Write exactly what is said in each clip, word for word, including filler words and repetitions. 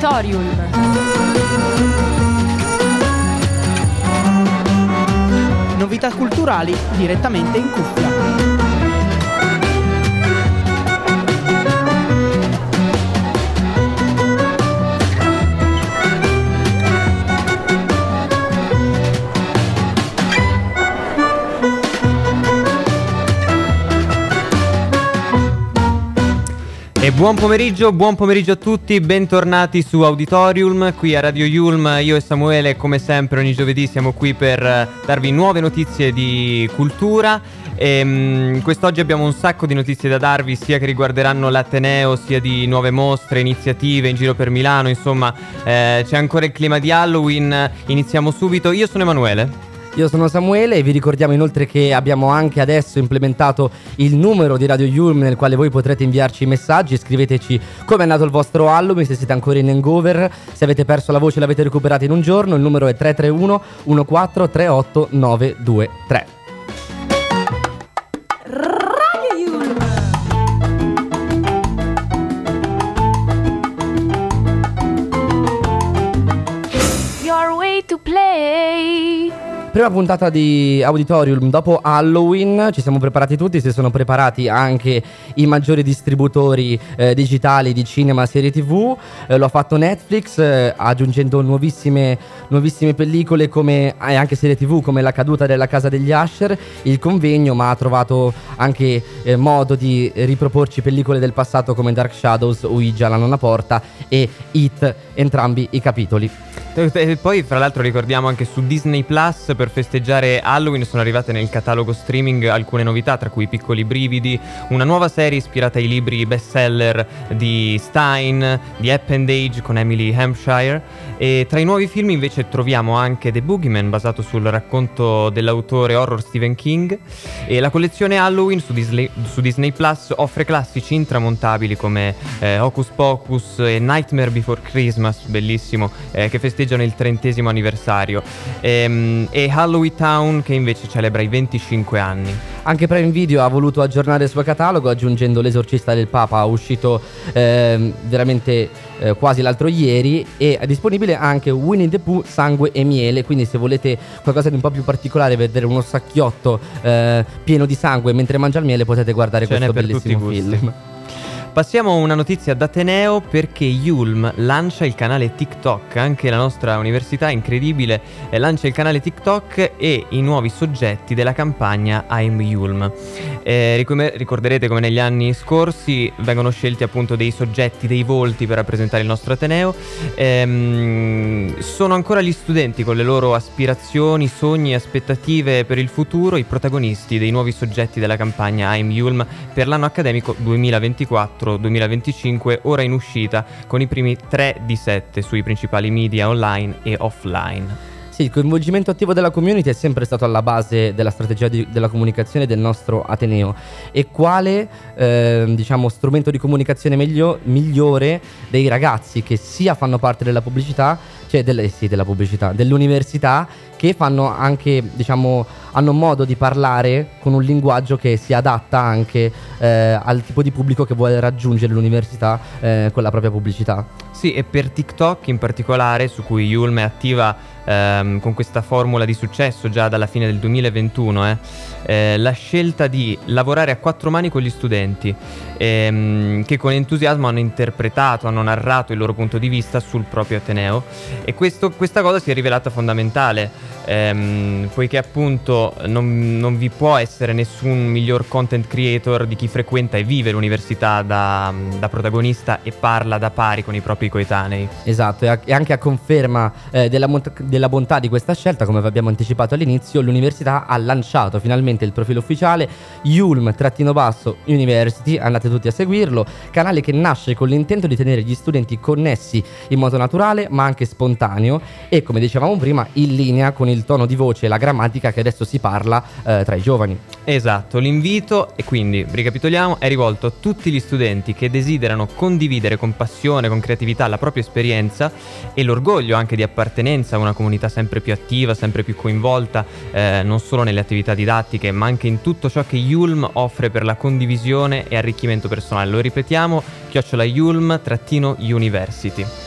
Auditorium. Novità culturali direttamente in cuffia. E buon pomeriggio, buon pomeriggio a tutti, bentornati su Auditorium, qui a Radio Yulm. Io e Samuele, come sempre, ogni giovedì siamo qui per darvi nuove notizie di cultura. E, um, quest'oggi abbiamo un sacco di notizie da darvi, sia che riguarderanno l'Ateneo, sia di nuove mostre, iniziative in giro per Milano. Insomma, eh, c'è ancora il clima di Halloween. Iniziamo subito. Io sono Emanuele. Io sono Samuele e vi ricordiamo inoltre che abbiamo anche adesso implementato il numero di Radio Yulm nel quale voi potrete inviarci i messaggi. Scriveteci come è andato il vostro Halloween, se siete ancora in hangover, se avete perso la voce e l'avete recuperata in un giorno. Il numero è tre tre uno uno quattro tre otto nove due tre. Radio Yulm. Your way to play. Prima puntata di Auditorium dopo Halloween, ci siamo preparati tutti, si sono preparati anche i maggiori distributori eh, digitali di cinema, serie tv, eh, lo ha fatto Netflix eh, aggiungendo nuovissime, nuovissime pellicole come, e anche serie tv come La caduta della casa degli Usher, Il convegno, ma ha trovato anche eh, modo di riproporci pellicole del passato come Dark Shadows, Ouija, La nonna porta e It, entrambi i capitoli. E poi fra l'altro ricordiamo anche su Disney Plus, per festeggiare Halloween sono arrivate nel catalogo streaming alcune novità, tra cui Piccoli brividi, una nuova serie ispirata ai libri bestseller di Stein, di Appendage con Emily Hampshire. E tra i nuovi film invece troviamo anche The Boogeyman, basato sul racconto dell'autore horror Stephen King. E la collezione Halloween su Disney, su Disney Plus offre classici intramontabili come eh, Hocus Pocus e Nightmare Before Christmas, bellissimo, eh, che festeggiano il trentesimo anniversario, e, e Halloween Town, che invece celebra i venticinque anni. Anche Prime Video ha voluto aggiornare il suo catalogo aggiungendo L'esorcista del Papa, uscito eh, veramente eh, quasi l'altro ieri, e è disponibile anche Winnie the Pooh, Sangue e Miele, quindi se volete qualcosa di un po' più particolare, vedere uno sacchiotto eh, pieno di sangue mentre mangia il miele, potete guardare Ce questo n'è per bellissimo tutti i gusti. film. Passiamo a una notizia d'Ateneo, perché Yulm lancia il canale TikTok. Anche la nostra università, incredibile, eh, lancia il canale TikTok e i nuovi soggetti della campagna I'm Yulm. Eh, ricom- ricorderete come negli anni scorsi vengono scelti appunto dei soggetti, dei volti per rappresentare il nostro Ateneo. Ehm, sono ancora gli studenti con le loro aspirazioni, sogni e aspettative per il futuro i protagonisti dei nuovi soggetti della campagna I'm Yulm per l'anno accademico duemilaventiquattro duemilaventicinque, ora in uscita con i primi tre di sette sui principali media online e offline. Sì, il coinvolgimento attivo della community è sempre stato alla base della strategia di, della comunicazione del nostro Ateneo. E quale eh, diciamo strumento di comunicazione meglio, migliore dei ragazzi che sia fanno parte della pubblicità, cioè delle, sì, della pubblicità, dell'università, che fanno anche, diciamo, hanno modo di parlare con un linguaggio che si adatta anche eh, al tipo di pubblico che vuole raggiungere l'università eh, con la propria pubblicità. Sì, e per TikTok in particolare, su cui Yulm è attiva ehm, con questa formula di successo già dalla fine del duemilaventuno, eh, eh, la scelta di lavorare a quattro mani con gli studenti ehm, che con entusiasmo hanno interpretato, hanno narrato il loro punto di vista sul proprio Ateneo, e questo, questa cosa si è rivelata fondamentale, ehm, poiché appunto non, non vi può essere nessun miglior content creator di chi frequenta e vive l'università da, da protagonista e parla da pari con i propri coetanei. Esatto, e, a, e anche a conferma eh, della, mont- della bontà di questa scelta, come vi abbiamo anticipato all'inizio, l'università ha lanciato finalmente il profilo ufficiale Yulm-University, andate tutti a seguirlo, canale che nasce con l'intento di tenere gli studenti connessi in modo naturale ma anche spontaneo e, come dicevamo prima, in linea con il tono di voce e la grammatica che adesso si parla eh, tra i giovani. Esatto, l'invito, e quindi ricapitoliamo, è rivolto a tutti gli studenti che desiderano condividere con passione, con creatività la propria esperienza e l'orgoglio anche di appartenenza a una comunità sempre più attiva, sempre più coinvolta, eh, non solo nelle attività didattiche ma anche in tutto ciò che Yulm offre per la condivisione e arricchimento personale. Lo ripetiamo, chiocciola Yulm-University.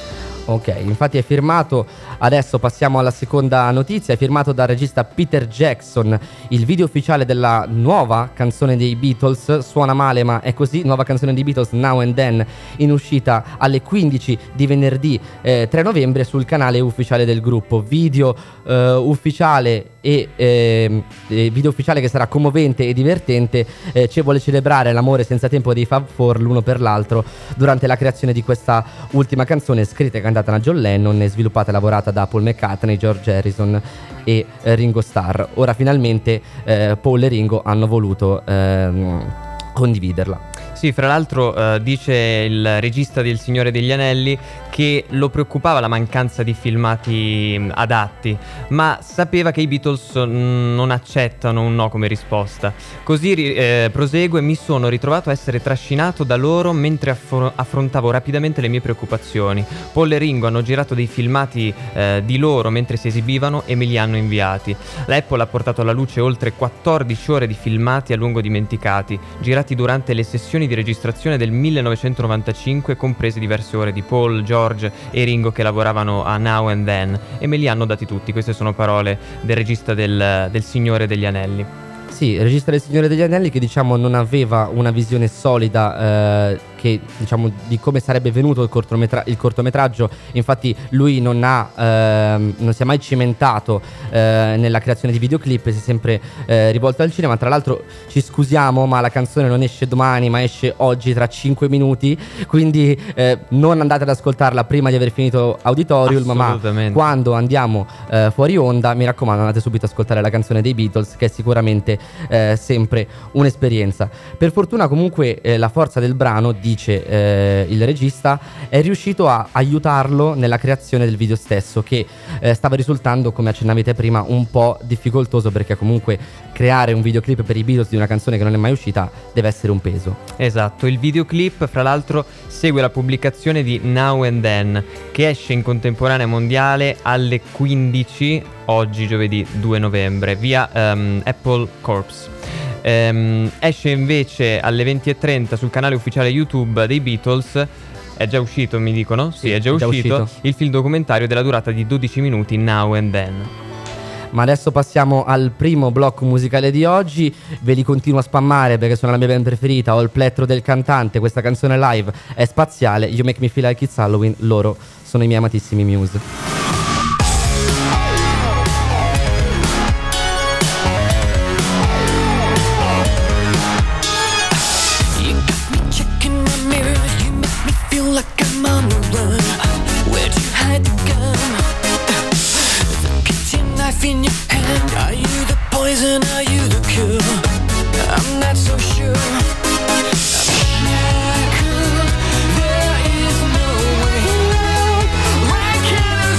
Ok, infatti è firmato, adesso passiamo alla seconda notizia, è firmato dal regista Peter Jackson, il video ufficiale della nuova canzone dei Beatles, Suona male ma è così, nuova canzone dei Beatles Now and Then, in uscita alle quindici di venerdì eh, tre novembre sul canale ufficiale del gruppo, video eh, ufficiale e eh, video ufficiale che sarà commovente e divertente, eh, ci vuole celebrare l'amore senza tempo dei Fab Four l'uno per l'altro durante la creazione di questa ultima canzone scritta e cantata da John Lennon e sviluppata e lavorata da Paul McCartney, George Harrison e eh, Ringo Starr. Ora finalmente eh, Paul e Ringo hanno voluto ehm, condividerla. Sì, fra l'altro eh, dice il regista del Signore degli Anelli che lo preoccupava la mancanza di filmati mh, adatti, ma sapeva che i Beatles mh, non accettano un no come risposta. Così eh, prosegue: mi sono ritrovato a essere trascinato da loro mentre affro- affrontavo rapidamente le mie preoccupazioni. Paul e Ringo hanno girato dei filmati eh, di loro mentre si esibivano e me li hanno inviati. L'Apple ha portato alla luce oltre quattordici ore di filmati a lungo dimenticati, girati durante le sessioni di registrazione del millenovecentonovantacinque, comprese diverse ore di Paul, George e Ringo che lavoravano a Now and Then, e me li hanno dati tutti. Queste sono parole del regista del, del Signore degli Anelli. Sì, il regista del Signore degli Anelli che diciamo non aveva una visione solida eh, che diciamo di come sarebbe venuto il, cortometra- il cortometraggio. Infatti lui non ha ehm, non si è mai cimentato eh, nella creazione di videoclip, si è sempre eh, rivolto al cinema. Tra l'altro ci scusiamo, ma la canzone non esce domani ma esce oggi tra cinque minuti, quindi eh, non andate ad ascoltarla prima di aver finito Auditorium, ma quando andiamo eh, fuori onda, mi raccomando, andate subito ad ascoltare la canzone dei Beatles, che è sicuramente Eh, sempre un'esperienza. Per fortuna comunque eh, la forza del brano, dice eh, il regista, è riuscito a aiutarlo nella creazione del video stesso, che eh, stava risultando, come accennavi te prima, un po' difficoltoso, perché comunque creare un videoclip per i Beatles di una canzone che non è mai uscita deve essere un peso. Esatto, il videoclip fra l'altro segue la pubblicazione di Now and Then, che esce in contemporanea mondiale alle quindici oggi, giovedì due novembre, via um, Apple Corps. Um, esce invece alle venti e trenta sul canale ufficiale YouTube dei Beatles. È già uscito, mi dicono? Sì, sì è già, è già uscito, uscito il film documentario della durata di dodici minuti, Now and Then. Ma adesso passiamo al primo blocco musicale di oggi. Ve li continuo a spammare perché sono la mia band preferita. Ho il plettro del cantante, questa canzone live è spaziale. You Make Me Feel Like It's Halloween. Loro sono i miei amatissimi Muse. In your hand, are you the poison, are you the cure? I'm not so sure. I'm shackled, there is no way out. I can't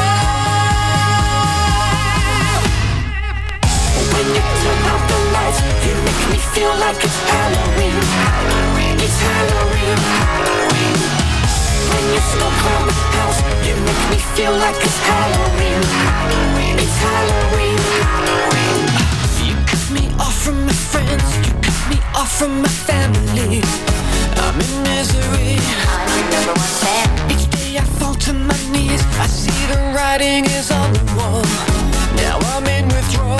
escape. When you turn out the lights, you make me feel like it's Halloween. Halloween, it's Halloween. Halloween. When you smoke around the house, you make me feel like it's Halloween. Halloween, it's Halloween. Halloween. You cut me off from my friends, you cut me off from my family. I'm in misery. I'm number one fan. Each day I fall to my knees, I see the writing is on the wall. Now I'm in withdrawal.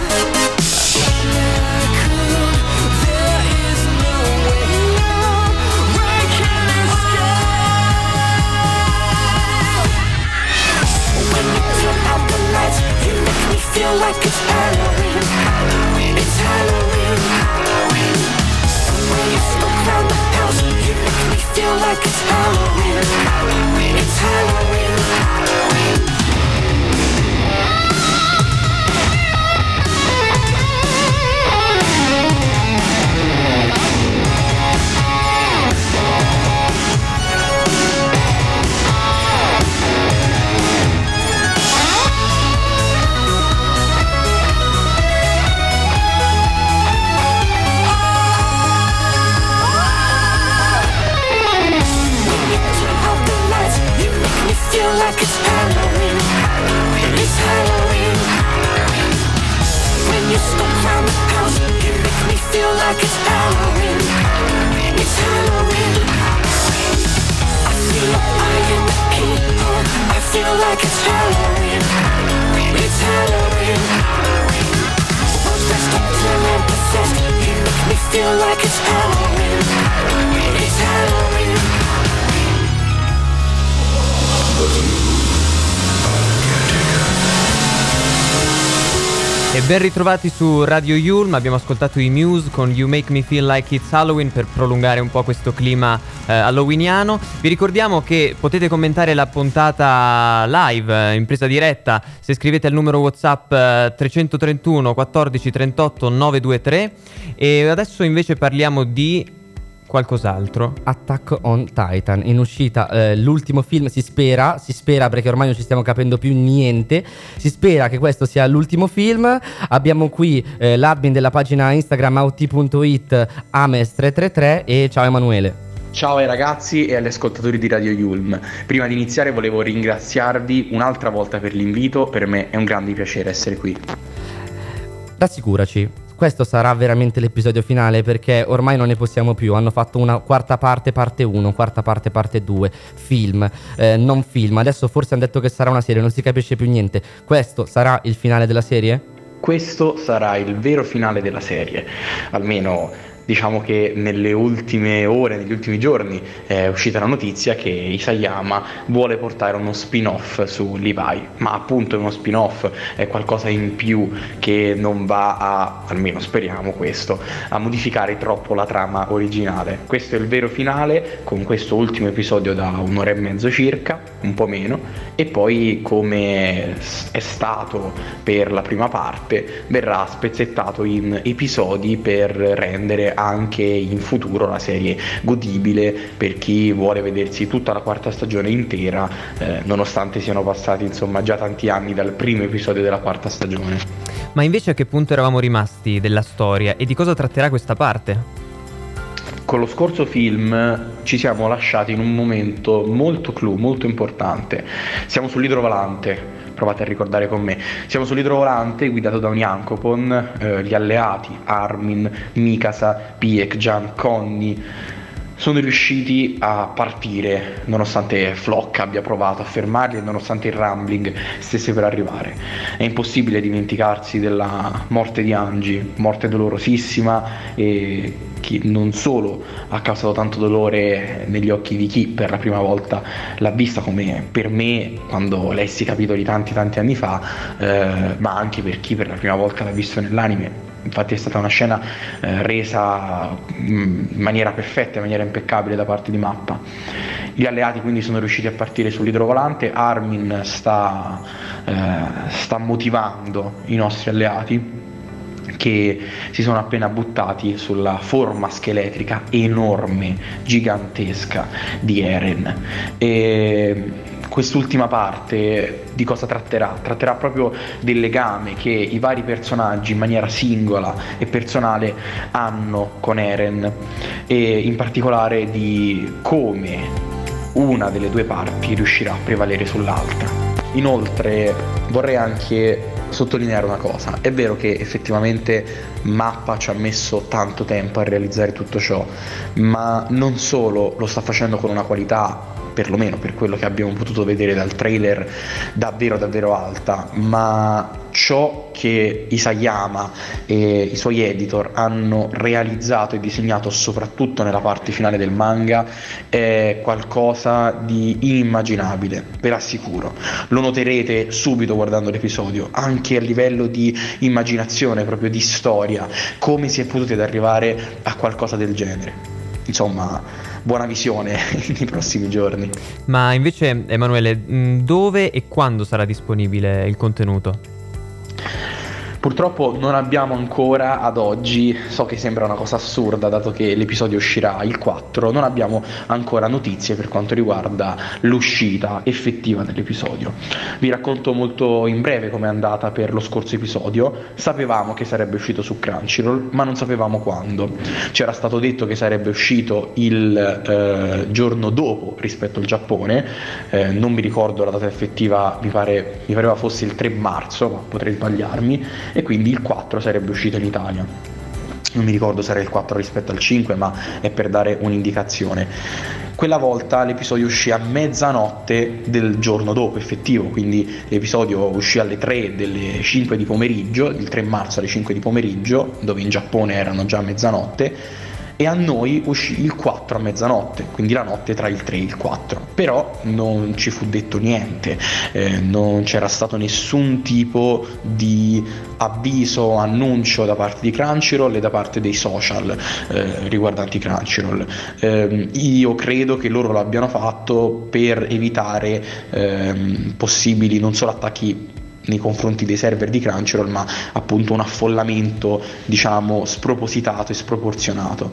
Feel like it's Halloween. Halloween, it's Halloween. Halloween. When you smoke around the house, you make me feel like it's Halloween. Halloween, it's Halloween. Halloween. Halloween. It's Halloween. All dressed up till I'm possessed. You make me feel like it's Halloween. It's Halloween. E ben ritrovati su Radio Yulm, abbiamo ascoltato i Muse con You Make Me Feel Like It's Halloween per prolungare un po' questo clima eh, halloweeniano. Vi ricordiamo che potete commentare la puntata live, eh, in presa diretta, se scrivete al numero WhatsApp eh, trecentotrentuno quattordici trentotto novecentoventitré. E adesso invece parliamo di qualcos'altro. Attack on Titan, in uscita eh, l'ultimo film, si spera, si spera perché ormai non ci stiamo capendo più niente, si spera che questo sia l'ultimo film. Abbiamo qui eh, l'admin della pagina Instagram auti punto it, Ames tre tre tre, e ciao Emanuele. Ciao ai ragazzi e agli ascoltatori di Radio Yulm. Prima di iniziare volevo ringraziarvi un'altra volta per l'invito, per me è un grande piacere essere qui. Rassicuraci, questo sarà veramente l'episodio finale perché ormai non ne possiamo più. Hanno fatto una quarta parte parte uno, quarta parte parte due, film, eh, non film. Adesso forse hanno detto che sarà una serie, non si capisce più niente. Questo sarà il finale della serie? Questo sarà il vero finale della serie, almeno diciamo che nelle ultime ore, negli ultimi giorni è uscita la notizia che Isayama vuole portare uno spin-off su Levi, ma appunto è uno spin-off, è qualcosa in più che non va a, almeno speriamo questo, a modificare troppo la trama originale. Questo è il vero finale, con questo ultimo episodio da un'ora e mezzo circa, un po' meno, e poi come è stato per la prima parte verrà spezzettato in episodi per rendere anche in futuro la serie godibile per chi vuole vedersi tutta la quarta stagione intera, eh, nonostante siano passati insomma già tanti anni dal primo episodio della quarta stagione. Ma invece a che punto eravamo rimasti della storia e di cosa tratterà questa parte? Con lo scorso film ci siamo lasciati in un momento molto clou, molto importante. Siamo sull'idrovolante, provate a ricordare con me. Siamo sull'idrovolante guidato da un Yankopon, eh, gli alleati Armin, Mikasa, Pieck, Jan, Connie sono riusciti a partire nonostante Flock abbia provato a fermarli e nonostante il Rumbling stesse per arrivare. È impossibile dimenticarsi della morte di Angie, morte dolorosissima e che non solo ha causato tanto dolore negli occhi di chi per la prima volta l'ha vista, come per me quando lessi i capitoli tanti tanti anni fa, eh, ma anche per chi per la prima volta l'ha visto nell'anime. Infatti è stata una scena eh, resa in maniera perfetta, in maniera impeccabile da parte di Mappa. Gli alleati quindi sono riusciti a partire sull'idrovolante. Armin sta, eh, sta motivando i nostri alleati che si sono appena buttati sulla forma scheletrica enorme, gigantesca di Eren. E quest'ultima parte di cosa tratterà? Tratterà proprio del legame che i vari personaggi in maniera singola e personale hanno con Eren, e in particolare di come una delle due parti riuscirà a prevalere sull'altra. Inoltre vorrei anche sottolineare una cosa: è vero che effettivamente Mappa ci ha messo tanto tempo a realizzare tutto ciò, ma non solo lo sta facendo con una qualità, perlomeno per quello che abbiamo potuto vedere dal trailer, davvero davvero alta, ma ciò che Isayama e i suoi editor hanno realizzato e disegnato soprattutto nella parte finale del manga è qualcosa di inimmaginabile, ve l'assicuro. Lo noterete subito guardando l'episodio, anche a livello di immaginazione, proprio di storia, come si è potuti ad arrivare a qualcosa del genere. Insomma, buona visione nei prossimi giorni. Ma invece, Emanuele, dove e quando sarà disponibile il contenuto? Purtroppo non abbiamo ancora ad oggi, so che sembra una cosa assurda dato che l'episodio uscirà il quattro, non abbiamo ancora notizie per quanto riguarda l'uscita effettiva dell'episodio. Vi racconto molto in breve com'è andata per lo scorso episodio. Sapevamo che sarebbe uscito su Crunchyroll, ma non sapevamo quando. C'era stato detto che sarebbe uscito il eh, giorno dopo rispetto al Giappone, eh, non mi ricordo la data effettiva, mi pare mi pareva fosse il tre marzo, ma potrei sbagliarmi, e quindi il quattro sarebbe uscito in Italia. non mi ricordo se era il quattro rispetto al cinque, ma è per dare un'indicazione. Quella volta l'episodio uscì a mezzanotte del giorno dopo effettivo, quindi l'episodio uscì alle tre delle cinque di pomeriggio, il tre marzo alle cinque di pomeriggio, dove in Giappone erano già mezzanotte, e a noi uscì il quattro a mezzanotte, quindi la notte tra il tre e il quattro. Però non ci fu detto niente, eh, non c'era stato nessun tipo di avviso, annuncio da parte di Crunchyroll e da parte dei social eh, riguardanti Crunchyroll. Eh, io credo che loro l'abbiano fatto per evitare eh, possibili non solo attacchi nei confronti dei server di Crunchyroll, ma appunto un affollamento, diciamo, spropositato e sproporzionato.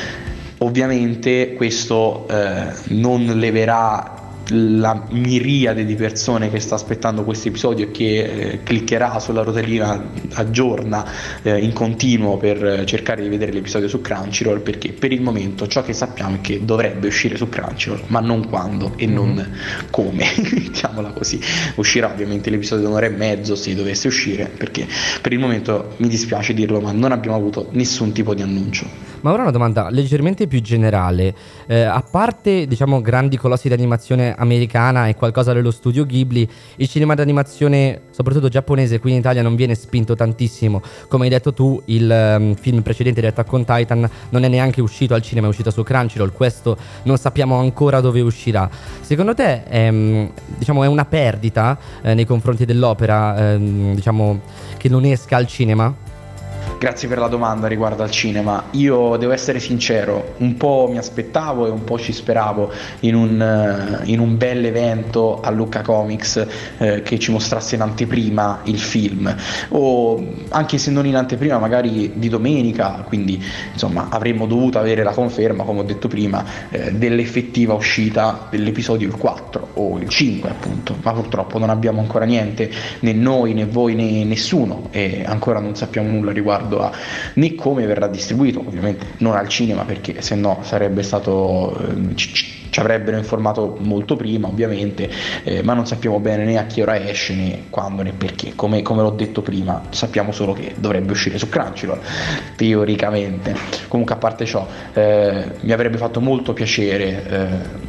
Ovviamente questo eh, non leverà la miriade di persone che sta aspettando questo episodio e che eh, cliccherà sulla rotellina aggiorna eh, in continuo per cercare di vedere l'episodio su Crunchyroll, perché per il momento ciò che sappiamo è che dovrebbe uscire su Crunchyroll, ma non quando e non mm-hmm. come, diciamola così. Uscirà ovviamente l'episodio di un'ora e mezzo se dovesse uscire, perché per il momento mi dispiace dirlo, ma non abbiamo avuto nessun tipo di annuncio. Ma ora una domanda leggermente più generale, eh, a parte diciamo grandi colossi di animazione americana e qualcosa dello studio Ghibli, il cinema d'animazione soprattutto giapponese qui in Italia non viene spinto tantissimo. Come hai detto tu, il um, film precedente di Attack on Titan non è neanche uscito al cinema, è uscito su Crunchyroll, questo non sappiamo ancora dove uscirà. Secondo te è, um, diciamo, è una perdita eh, nei confronti dell'opera ehm, diciamo che non esca al cinema? Grazie per la domanda riguardo al cinema. Io devo essere sincero, un po' mi aspettavo e un po' ci speravo in un, in un bel evento a Lucca Comics eh, che ci mostrasse in anteprima il film, o anche se non in anteprima magari di domenica, quindi insomma avremmo dovuto avere la conferma, come ho detto prima, eh, dell'effettiva uscita dell'episodio il quattro o il cinque appunto, ma purtroppo non abbiamo ancora niente, né noi né voi né nessuno, e ancora non sappiamo nulla riguardo a né come verrà distribuito, ovviamente non al cinema perché se no sarebbe stato eh, ci, ci avrebbero informato molto prima ovviamente, eh, ma non sappiamo bene né a che ora esce né quando né perché, come, come l'ho detto prima sappiamo solo che dovrebbe uscire su Crunchyroll teoricamente. Comunque a parte ciò eh, mi avrebbe fatto molto piacere eh,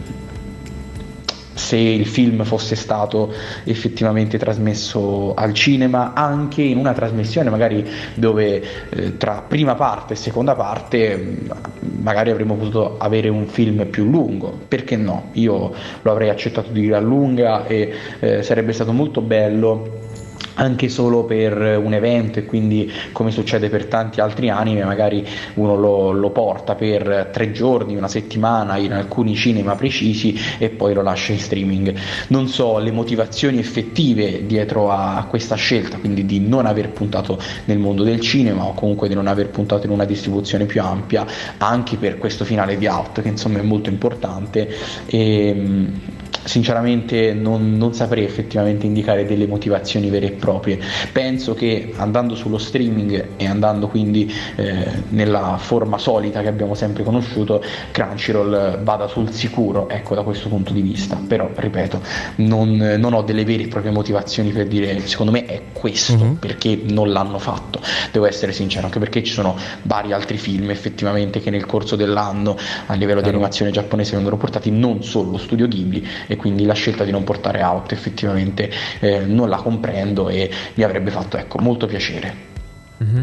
se il film fosse stato effettivamente trasmesso al cinema, anche in una trasmissione magari dove eh, tra prima parte e seconda parte magari avremmo potuto avere un film più lungo, perché no? Io lo avrei accettato di gran lunga e eh, sarebbe stato molto bello anche solo per un evento, e quindi come succede per tanti altri anime magari uno lo, lo porta per tre giorni, una settimana in alcuni cinema precisi e poi lo lascia in streaming. Non so le motivazioni effettive dietro a questa scelta, quindi di non aver puntato nel mondo del cinema o comunque di non aver puntato in una distribuzione più ampia anche per questo finale di Out, che insomma è molto importante, e sinceramente non, non saprei effettivamente indicare delle motivazioni vere e proprie. Penso che andando sullo streaming e andando quindi eh, nella forma solita che abbiamo sempre conosciuto, Crunchyroll vada sul sicuro, ecco, da questo punto di vista. Però ripeto, non, non ho delle vere e proprie motivazioni per dire secondo me è questo, mm-hmm. perché non l'hanno fatto, devo essere sincero, anche perché ci sono vari altri film effettivamente che nel corso dell'anno a livello di animazione giapponese vengono portati, non solo lo studio Ghibli, e quindi la scelta di non portare Out effettivamente eh, non la comprendo e mi avrebbe fatto ecco molto piacere. Mm-hmm.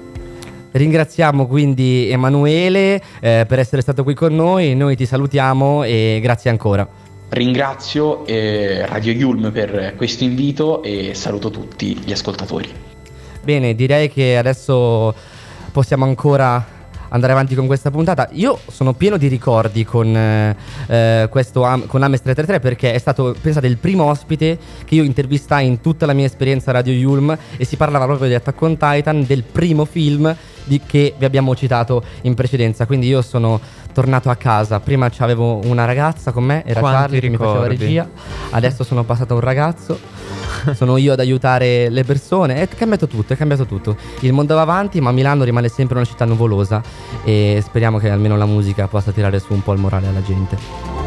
Ringraziamo quindi Emanuele eh, per essere stato qui con noi, noi ti salutiamo e grazie ancora. Ringrazio eh, Radio Yulm per questo invito e saluto tutti gli ascoltatori. Bene, direi che adesso possiamo ancora andare avanti con questa puntata. Io sono pieno di ricordi con eh, questo Am- con Ames tre tre tre, perché è stato, pensate, il primo ospite che io intervistai in tutta la mia esperienza Radio Yulm, e si parlava proprio di Attack on Titan, del primo film di che vi abbiamo citato in precedenza. Quindi io sono tornato a casa, prima c'avevo una ragazza con me, era Quanti Charlie che mi faceva ricordi. regia, adesso sono passato a un ragazzo, sono io ad aiutare le persone, è cambiato tutto, è cambiato tutto. Il mondo va avanti, ma Milano rimane sempre una città nuvolosa e speriamo che almeno la musica possa tirare su un po' il morale alla gente.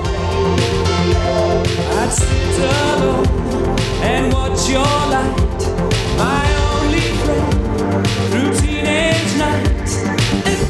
I'd sit alone and watch your light, my only friend through teenage nights. And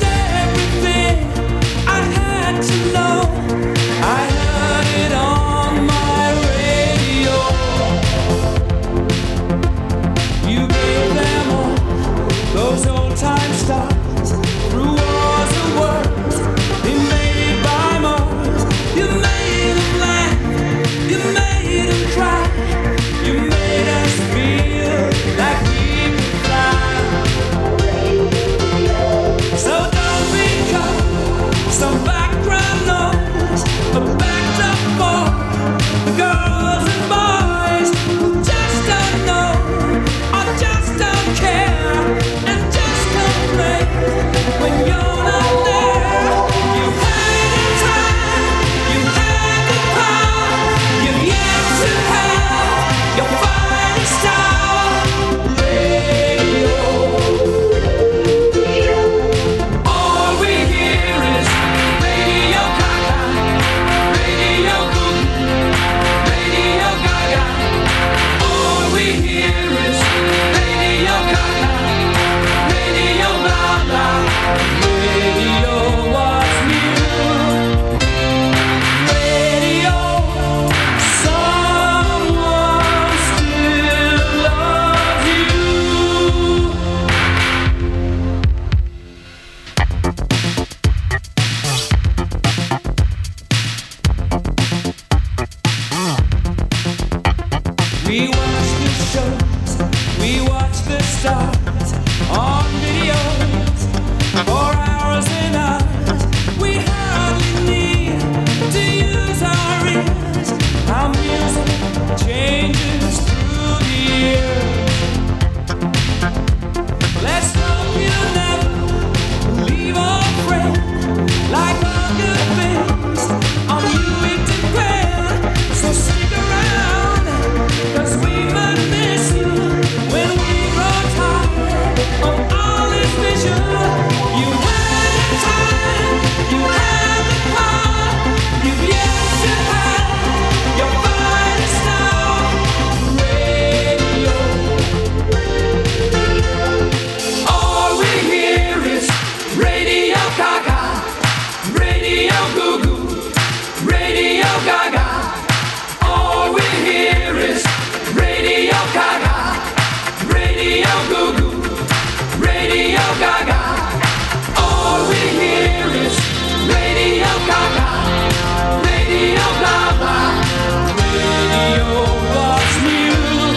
goo goo. Radio Gaga. All we hear is Radio Gaga. Radio blah blah. Radio was new.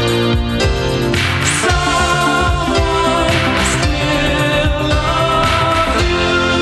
Someone still love you.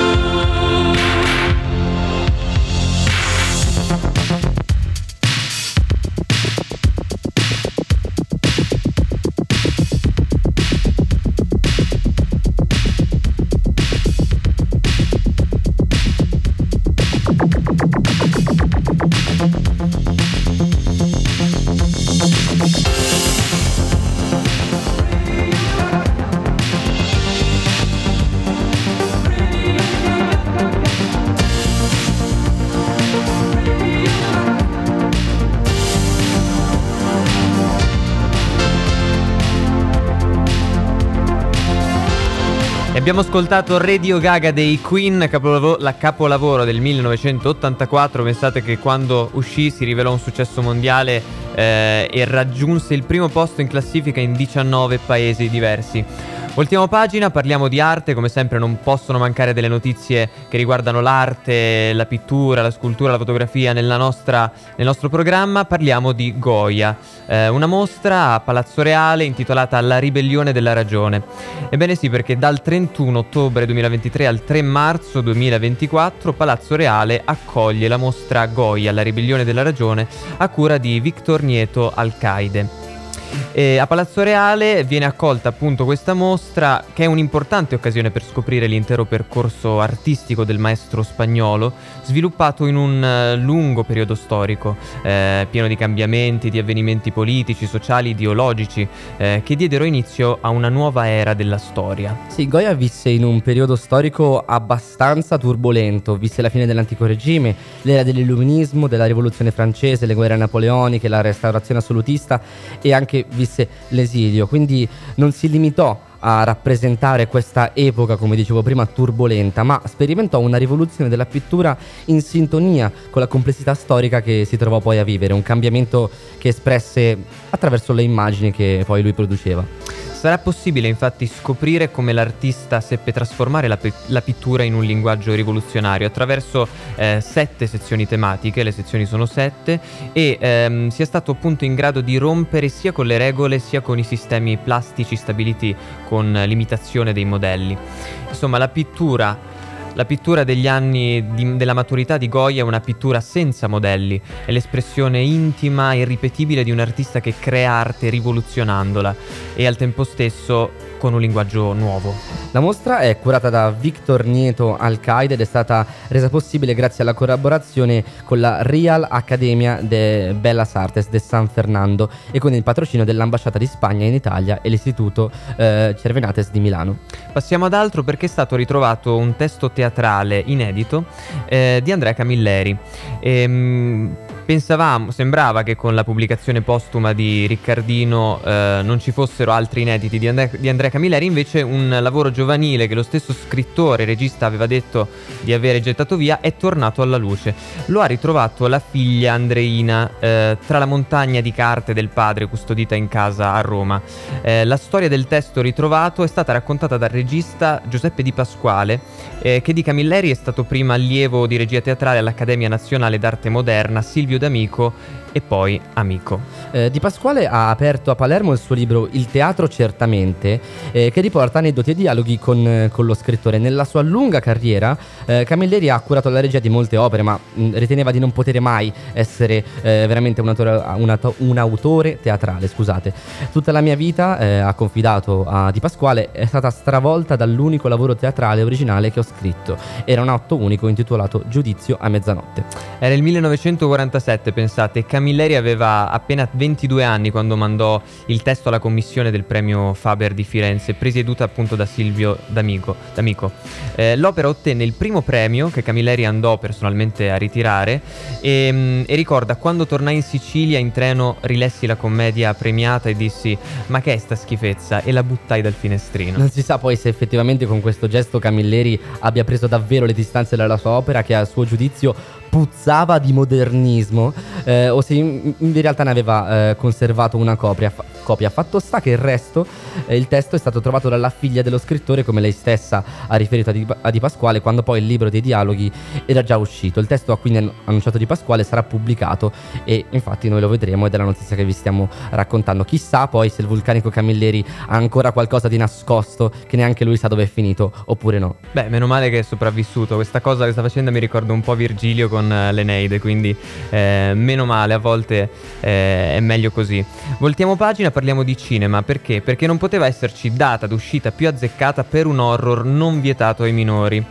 Abbiamo ascoltato Radio Gaga dei Queen, capolavo- la capolavoro del millenovecentottantaquattro. Pensate che quando uscì si rivelò un successo mondiale eh, e raggiunse il primo posto in classifica in diciannove paesi diversi. Voltiamo pagina, parliamo di arte. Come sempre non possono mancare delle notizie che riguardano l'arte, la pittura, la scultura, la fotografia nella nostra, nel nostro programma. Parliamo di Goya, eh, una mostra a Palazzo Reale intitolata La ribellione della ragione. Ebbene sì, perché dal trentuno ottobre duemilaventitré al tre marzo duemilaventiquattro Palazzo Reale accoglie la mostra Goya, La ribellione della ragione, a cura di Victor Nieto Alcaide. E a Palazzo Reale viene accolta appunto questa mostra, che è un'importante occasione per scoprire l'intero percorso artistico del maestro spagnolo, sviluppato in un eh, lungo periodo storico, eh, pieno di cambiamenti, di avvenimenti politici, sociali, ideologici, eh, che diedero inizio a una nuova era della storia. Sì, Goya visse in un periodo storico abbastanza turbolento, visse la fine dell'antico regime, l'era dell'illuminismo, della rivoluzione francese, le guerre napoleoniche, la restaurazione assolutista e anche visse l'esilio, quindi non si limitò a rappresentare questa epoca, come dicevo prima, turbolenta, ma sperimentò una rivoluzione della pittura in sintonia con la complessità storica che si trovò poi a vivere, un cambiamento che espresse attraverso le immagini che poi lui produceva. Sarà possibile infatti scoprire come l'artista seppe trasformare la, pe- la pittura in un linguaggio rivoluzionario attraverso eh, sette sezioni tematiche, le sezioni sono sette, e ehm, sia stato appunto in grado di rompere sia con le regole sia con i sistemi plastici stabiliti con l'imitazione dei modelli. Insomma, la pittura La pittura degli anni di- della maturità di Goya è una pittura senza modelli, è l'espressione intima e irripetibile di un artista che crea arte rivoluzionandola e al tempo stesso con un linguaggio nuovo. La mostra è curata da Victor Nieto Alcaide ed è stata resa possibile grazie alla collaborazione con la Real Academia de Bellas Artes de San Fernando e con il patrocinio dell'Ambasciata di Spagna in Italia e l'Istituto eh, Cervenates di Milano. Passiamo ad altro, perché è stato ritrovato un testo teatrale inedito eh, di Andrea Camilleri. Ehm, Pensavamo, sembrava che con la pubblicazione postuma di Riccardino eh, non ci fossero altri inediti di, And- di Andrea Camilleri, invece un lavoro giovanile che lo stesso scrittore e regista aveva detto di avere gettato via è tornato alla luce. Lo ha ritrovato la figlia Andreina eh, tra la montagna di carte del padre custodita in casa a Roma. Eh, la storia del testo ritrovato è stata raccontata dal regista Giuseppe Di Pasquale, eh, che di Camilleri è stato prima allievo di regia teatrale all'Accademia Nazionale d'Arte Moderna Silvio D'Amico e poi amico. Eh, Di Pasquale ha aperto a Palermo il suo libro Il teatro certamente, eh, che riporta aneddoti e dialoghi con, eh, con lo scrittore. Nella sua lunga carriera eh, Camilleri ha curato la regia di molte opere, ma mh, riteneva di non poter mai essere eh, veramente un autore, un, auto, un autore teatrale. Scusate. Tutta la mia vita, eh, ha confidato a Di Pasquale, è stata stravolta dall'unico lavoro teatrale originale che ho scritto. Era un atto unico intitolato Giudizio a mezzanotte. Era il millenovecentoquarantasette, pensate. Camilleri aveva appena ventidue anni quando mandò il testo alla commissione del premio Faber di Firenze, presieduta appunto da Silvio D'Amico. D'Amico. Eh, l'opera ottenne il primo premio che Camilleri andò personalmente a ritirare e, e ricorda: quando tornai in Sicilia in treno rilessi la commedia premiata e dissi "ma che è sta schifezza?" e la buttai dal finestrino. Non si sa poi se effettivamente con questo gesto Camilleri abbia preso davvero le distanze dalla sua opera, che a suo giudizio puzzava di modernismo, eh, o se in, in realtà ne aveva eh, conservato una copia. Fa- copia. Fatto sta che il resto, eh, il testo è stato trovato dalla figlia dello scrittore, come lei stessa ha riferito a Di, a Di Pasquale, quando poi il libro dei dialoghi era già uscito. Il testo ha quindi annunciato Di Pasquale sarà pubblicato e infatti noi lo vedremo, ed è la notizia che vi stiamo raccontando. Chissà poi se il vulcanico Camilleri ha ancora qualcosa di nascosto che neanche lui sa dove è finito oppure no. Beh, meno male che è sopravvissuto. Questa cosa che sta facendo mi ricorda un po' Virgilio con eh, l'Eneide, quindi eh, meno male, a volte eh, è meglio così. Voltiamo pagina, parliamo di cinema. Perché? Perché non poteva esserci data d'uscita più azzeccata per un horror non vietato ai minori.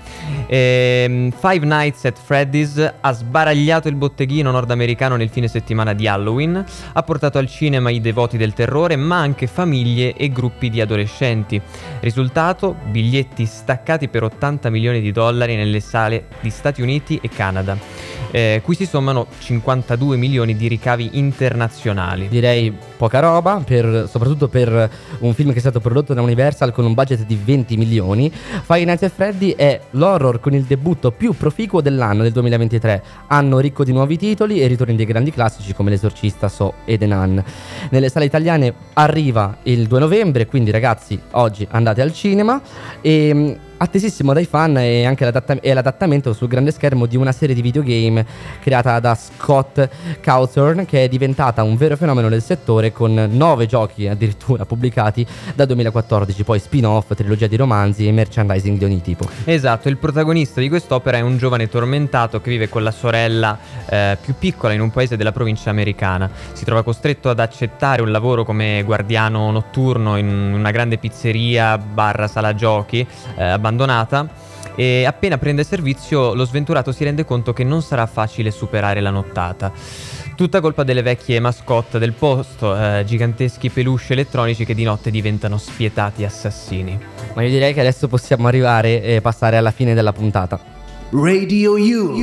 Ehm, Five Nights at Freddy's ha sbaragliato il botteghino nordamericano nel fine settimana di Halloween, ha portato al cinema i devoti del terrore, ma anche famiglie e gruppi di adolescenti. Risultato: biglietti staccati per ottanta milioni di dollari nelle sale di Stati Uniti e Canada, eh, cui si sommano cinquantadue milioni di ricavi internazionali. Direi poca roba, per, soprattutto per un film che è stato prodotto da Universal con un budget di venti milioni. Five Nights at Freddy è l'horror con il debutto più proficuo dell'anno, del duemilaventitré, anno ricco di nuovi titoli e ritorni dei grandi classici come L'Esorcista, So e The Nun. Nelle sale italiane arriva il due novembre, quindi ragazzi oggi andate al cinema. E attesissimo dai fan è anche l'adatta- è l'adattamento sul grande schermo di una serie di videogame creata da Scott Cawthorn, che è diventata un vero fenomeno del settore, con nove giochi addirittura pubblicati dal duemilaquattordici, poi spin-off, trilogia di romanzi e merchandising di ogni tipo. Esatto, il protagonista di quest'opera è un giovane tormentato che vive con la sorella eh, più piccola in un paese della provincia americana. Si trova costretto ad accettare un lavoro come guardiano notturno in una grande pizzeria barra sala giochi eh, abbandonata, e appena prende servizio lo sventurato si rende conto che non sarà facile superare la nottata. Tutta colpa delle vecchie mascotte del posto, eh, giganteschi peluche elettronici che di notte diventano spietati assassini. Ma io direi che adesso possiamo arrivare e passare alla fine della puntata. Radio You.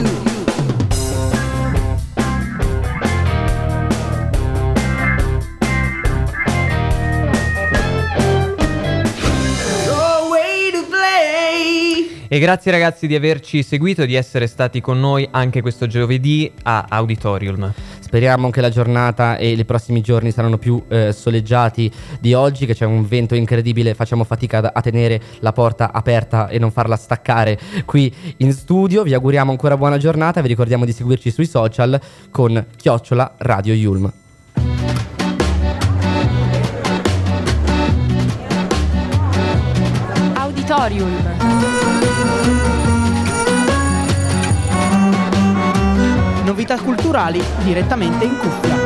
E grazie ragazzi di averci seguito e di essere stati con noi anche questo giovedì a Auditorium. Speriamo che la giornata e i prossimi giorni saranno più eh, soleggiati di oggi, che c'è un vento incredibile, facciamo fatica a, a tenere la porta aperta e non farla staccare qui in studio. Vi auguriamo ancora buona giornata, vi ricordiamo di seguirci sui social con chiocciola Radio Yulm. Auditorium. Novità culturali direttamente in cuffia.